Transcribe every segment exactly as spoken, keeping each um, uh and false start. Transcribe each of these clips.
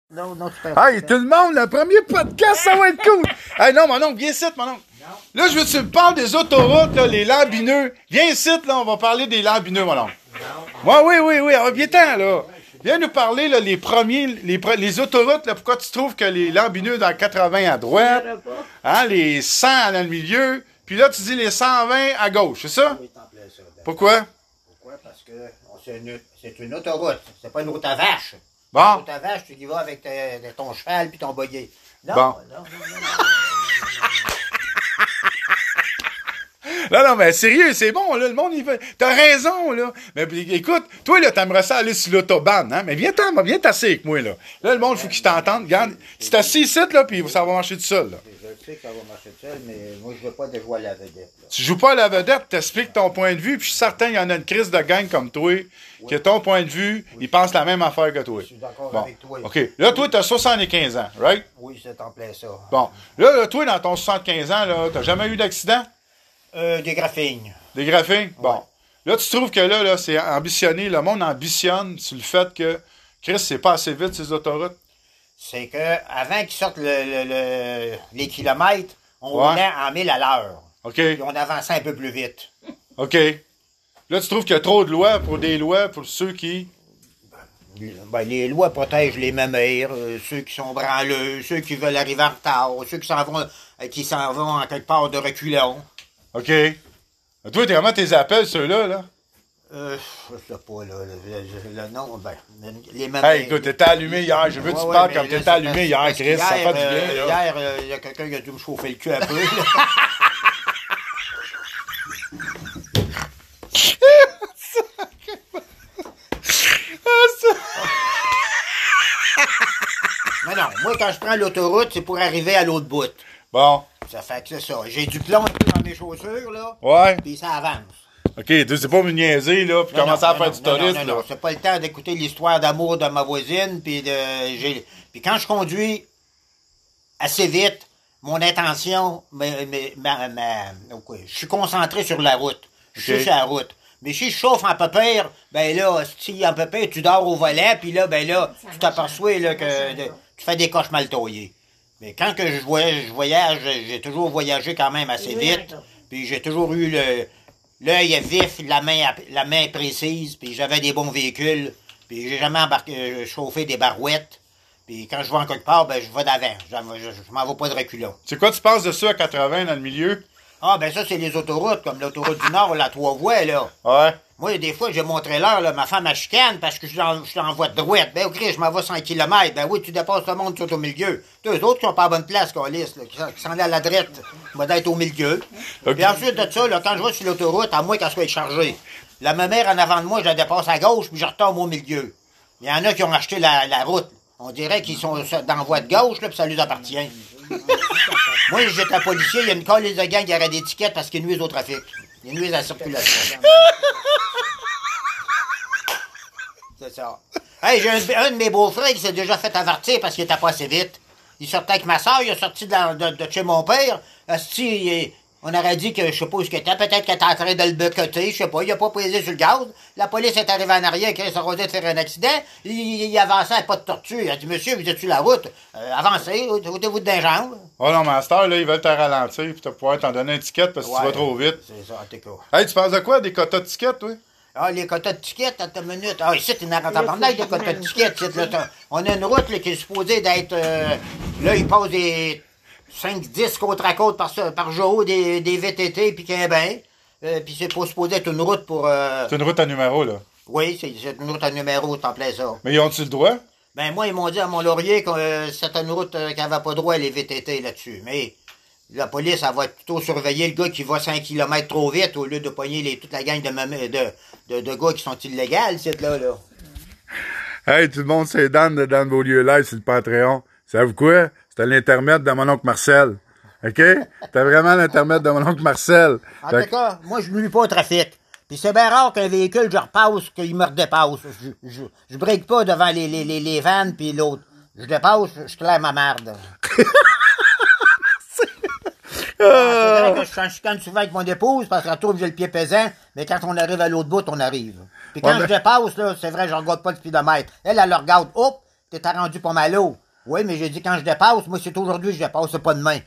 Non, non, tu perds. Hey, tout le monde, le premier podcast, ça va être cool. Hey, non, mon oncle, viens ici, mon oncle. Là, je veux que tu me parles des autoroutes, là, les lambineux. Viens ici, là, on va parler des lambineux, mon oncle. Ouais, oui, oui, oui, alors, viens-t'en, là. Viens nous parler, là, les premiers, les, les autoroutes, là, pourquoi tu trouves que les lambineux dans le quatre-vingts à droite, hein, les cent dans le milieu, puis là, tu dis les cent vingt à gauche, c'est ça? Oui, t'en plais ça. Ben, Pourquoi? Pourquoi? Parce que c'est une, c'est une autoroute. C'est pas une route à vache. Bon. Une route à vache, tu y vas avec ta- ton cheval puis ton boyer. Non, Bon. non, non, non, non. Non, non, mais sérieux, c'est bon, là, le monde, il fait... T'as raison, là. Mais écoute, toi, là, t'aimerais ça aller sur l'autobahn, hein? Mais viens-t'en, viens t'asseoir avec moi, là. Là, le monde, il faut qu'il t'entende. Regarde, tu t'assis ici, là, puis ça va marcher tout seul, là. Je sais que ça va marcher tout seul, mais moi, je veux pas de jouer à la vedette. Là. Tu joues pas à la vedette, t'expliques ton point de vue, puis je suis certain qu'il y en a une crise de gang comme toi, qui a ton point de vue, oui. Il pense la même affaire que toi. Je suis d'accord bon. avec toi. OK. Là, toi, t'as soixante-quinze ans, right? Oui, c'est en plein ça. Bon. Là, là toi, dans ton soixante-quinze ans, là, t'as jamais eu d'accident? Euh, des graphines. Des graphines? Bon. Ouais. Là, tu trouves que là, là c'est ambitionné, le monde ambitionne sur le fait que, Chris, c'est pas assez vite, ces autoroutes? C'est que avant qu'ils sortent le, le, le, les kilomètres, on Ouais. roulait en mille à l'heure. OK. Puis on avançait un peu plus vite. OK. Là, tu trouves qu'il y a trop de lois pour des lois pour ceux qui... Ben, les lois protègent les mémères, euh, ceux qui sont branleux, ceux qui veulent arriver en retard, ceux qui s'en vont, euh, qui s'en vont en quelque part de reculons. OK. Toi, t'es comment tes appels, ceux-là, là? Euh, je sais pas, là, le, le, le nom, ben, les mémères. Hey, écoute, t'étais allumé hier. Je veux que Ouais, tu ouais, parles mais comme là, t'étais allumé parce- hier, parce Chris. Ça fait qu'hier, du bien, euh, là. Hier, il euh, y a quelqu'un qui a dû me chauffer le cul un peu, là. Mais non, moi, quand je prends l'autoroute, c'est pour arriver à l'autre bout. Bon. Ça fait que c'est ça. J'ai du plomb un peu dans mes chaussures, là. Ouais. Puis ça avance. OK, tu sais pas me niaiser, là, puis Non, commencer non, à non, faire non, du non, tourisme, non, non, là. non, c'est pas le temps d'écouter l'histoire d'amour de ma voisine, puis de, j'ai, puis quand je conduis assez vite, mon intention, mais, mais, ma, ma, okay, je suis concentré sur la route. Je suis OK. sur la route. Mais si je chauffe en pépère, ben là, si en pépère, tu dors au volet, puis là, ben là, tu t'aperçois là, que de- tu fais des coches mal taillées. Mais quand que je voyage, je voyage, j'ai toujours voyagé quand même assez vite, puis j'ai toujours eu le l'œil vif, la main, la main précise, puis j'avais des bons véhicules, puis j'ai jamais embarqué, euh, chauffé des barouettes. Puis quand je vais en quelque part, ben je vais d'avant. Je, je, je m'en vais pas de reculons. C'est quoi tu penses de ça à quatre-vingts dans le milieu? Ah, ben ça, c'est les autoroutes, comme l'autoroute du Nord, la trois voies, là. Ouais. Moi, des fois, j'ai montré l'heure, là, ma femme a chicane parce que je suis en, je suis en voie de droite. Ben, ok, je m'en vais cent kilomètres. Ben oui, tu dépasses le monde tout au milieu. Deux autres qui ont pas la bonne place, câlisse, là, qui s'en- qui s'en allent à la droite, moi d'être au milieu. Ok. Puis ensuite de ça, là, quand je vais sur l'autoroute, à moins qu'elle soit chargée, la mère en avant de moi, je la dépasse à gauche, puis je retombe au milieu. Il y en a qui ont acheté la, la route. On dirait qu'ils sont dans la voie de gauche, là, puis ça leur appartient. Moi, j'étais un policier, il y a une colle de gang qui aurait des tickets parce qu'ils nuisent au trafic. Ils nuisent à la circulation. C'est ça. Hey, j'ai un, un de mes beaux-frères qui s'est déjà fait avertir parce qu'il était pas assez vite. Il sortait avec ma soeur, il est sorti de, la- de, de chez mon père. Asti, il- on aurait dit que, je sais pas où c'était, peut-être qu'il était en train de le becoter, je sais pas, il a pas pesé sur le gaz. La police est arrivée en arrière, il s'est arrosé de faire un accident. Il, il, il avançait à pas de tortue. Il a dit, monsieur, vous êtes sur la route? Euh, avancez, ôtez-vous de jambe. Oh non, Master, là, ils veulent te ralentir, puis tu vas pouvoir t'en donner un ticket parce que tu vas trop vite. C'est ça, t'es cool. Hey, tu penses de quoi? Des quotas de tickets, toi? Ah, les quotas de tickets, attends une minute. Ah, ici, t'es dans tabarnak des quotas de tickets. Ici, là, t'as- on a une route là, qui est supposée d'être... euh, là, il passe des cinq dix côte à côte par, ce- par jour, des, des V T T, puis qu'un bain. Euh, puis c'est pas supposé être une route pour... euh, C'est une route à numéro, là. oui, c'est c'est une route à numéro, t'en plein ça. Mais ils ont-tu le droit? Ben, moi, ils m'ont dit à Mont-Laurier que euh, c'était une route euh, qui n'avait pas droit, les V T T là-dessus. Mais la police, elle va plutôt surveiller le gars qui va cinq kilomètres trop vite au lieu de pogner les, toute la gang de, mamé- de, de, de gars qui sont illégaux, c'est là, là. Hey, tout le monde, c'est Dan de Dan Beaulieu Live sur le Patreon. Savez-vous quoi? C'était l'intermède de mon oncle Marcel. OK? C'était vraiment l'intermède de mon oncle Marcel. En Fait tout cas, moi, je ne nuis pas au trafic. Puis c'est bien rare qu'un véhicule, je repasse, qu'il me redépasse. Je, je, je break pas devant les, les, les, les vannes puis l'autre. Je dépasse, je claire ma merde. Ah, c'est vrai que je suis en chicane souvent avec mon épouse parce qu'elle trouve que j'ai le pied pesant, mais quand on arrive à l'autre bout, on arrive. Puis quand Ouais, je mais- dépasse, là, c'est vrai, je regarde pas le speedomètre. Elle, elle le regarde, hop, t'étais rendu pas mal haut. Oui, mais j'ai dit quand je dépasse, moi c'est aujourd'hui que je dépasse, c'est pas demain.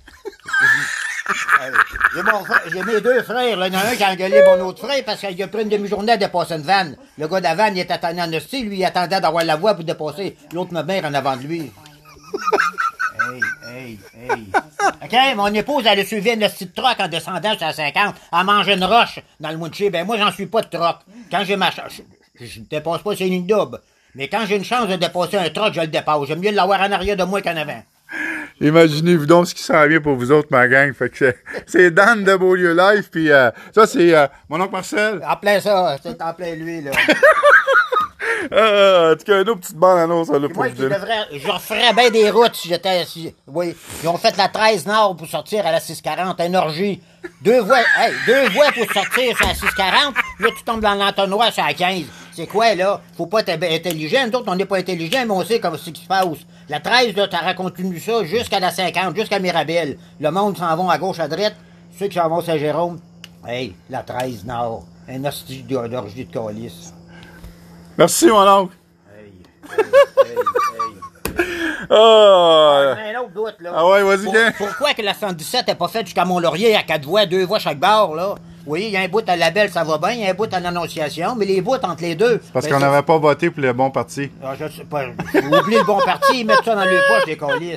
J'ai mon frère, j'ai mes deux frères, là. Il y en a un qui a engueulé mon autre frère parce qu'il a pris une demi-journée à dépasser une vanne. Le gars de la vanne, il était attendu en hostie, lui, il attendait d'avoir la voie pour dépasser l'autre mère en avant de lui. Hey, hey, hey. OK, mon épouse, elle a suivi une petite troc en descendant sur la cinquante, à manger une roche dans le Mounché. Ben, moi, j'en suis pas de troc. Quand j'ai ma chance, je, je dépasse pas, c'est une double. Mais quand j'ai une chance de dépasser un troc, je le dépasse. J'aime mieux l'avoir en arrière de moi qu'en avant. Imaginez-vous donc ce qui s'en vient pour vous autres, ma gang. Fait que c'est Dan de Beaulieu Live, puis euh, ça, c'est euh, mon oncle Marcel. En plein ça, c'est en plein lui, là. Euh, en tout cas, une autre petite bande annonce, là, pour Moi, vous je, dire. devrais, je referais bien des routes si j'étais... Si, oui, ils ont fait la treize Nord pour sortir à la six quarante, une orgie. Deux voies, hey, deux voies pour sortir sur la six quarante, là, tu tombes dans l'entonnoir sur la quinze. C'est quoi, là? Faut pas être intelligent. Nous autres, on n'est pas intelligents, mais on sait comment c'est qui se passe. La treize, là, t'aurais continué ça jusqu'à la cinquante, jusqu'à Mirabel. Le monde s'en va à gauche, à droite. Ceux qui s'en vont à Saint-Jérôme, hey, la treize Nord. Un hostie d'orgie de calice. Merci, mon oncle. Hey, hey, hey, hey. Ah, Un autre doute, là. ah ouais, vas-y, Pour- gang. Pourquoi que la cent dix-sept n'est pas faite jusqu'à Mont-Laurier à quatre voies, deux voies chaque bord, là? Oui, il y a un bout à Labelle, ça va bien, il y a un bout à l'Annonciation, mais les bouts entre les deux... Parce ben, qu'on ça- n'avait pas voté pour le bon parti. Ah, je sais pas, oublie le bon parti, ils mettent ça dans le poche, les calices.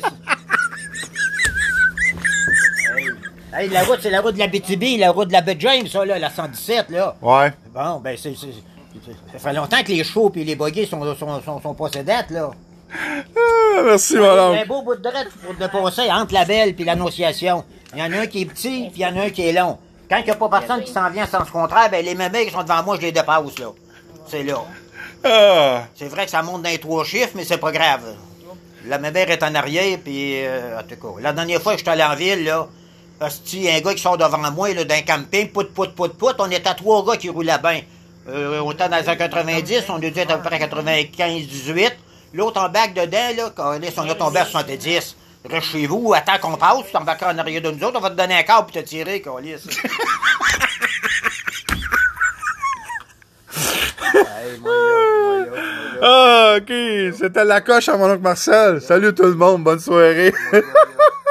Hey, hey, la route, c'est la route de la B T B, la route de la baie James, ça, là, la cent dix-sept, là. Ouais. Bon, ben, c'est... c'est- c'est- Ça fait longtemps que les chevaux et les buggies sont, sont, sont, sont pas sédates, là. Ah, merci, mon Il y a un oncle. beau bout de drette pour dépasser entre la belle et l'Annonciation. Il y en a un qui est petit, puis il y en a un qui est long. Quand il n'y a pas personne qui s'en vient en sens contraire, ben les mémés qui sont devant moi, je les dépasse, là. C'est là. Ah, C'est vrai que ça monte dans les trois chiffres, mais c'est pas grave. La mémère est en arrière, puis euh, en tout cas. La dernière fois que je suis allé en ville, là, hostie, un gars qui sort devant moi, là, d'un camping, pout, pout, pout, pout, on était à trois gars qui roulaient bien. Euh, on était dans les années quatre-vingt-dix, on était à peu près à quatre-vingt-quinze dix-huit. L'autre en bac dedans, là, quand on a tombé à soixante-dix. Reste chez vous, attends qu'on passe, tu t'embarqueras en arrière de nous autres, on va te donner un câble pour te tirer, câlisse. Hey, moi, là, moi, là, moi, là. ah, ok. C'était la coche à mon oncle Marcel. Salut tout le monde. Bonne soirée. Moi, là, là.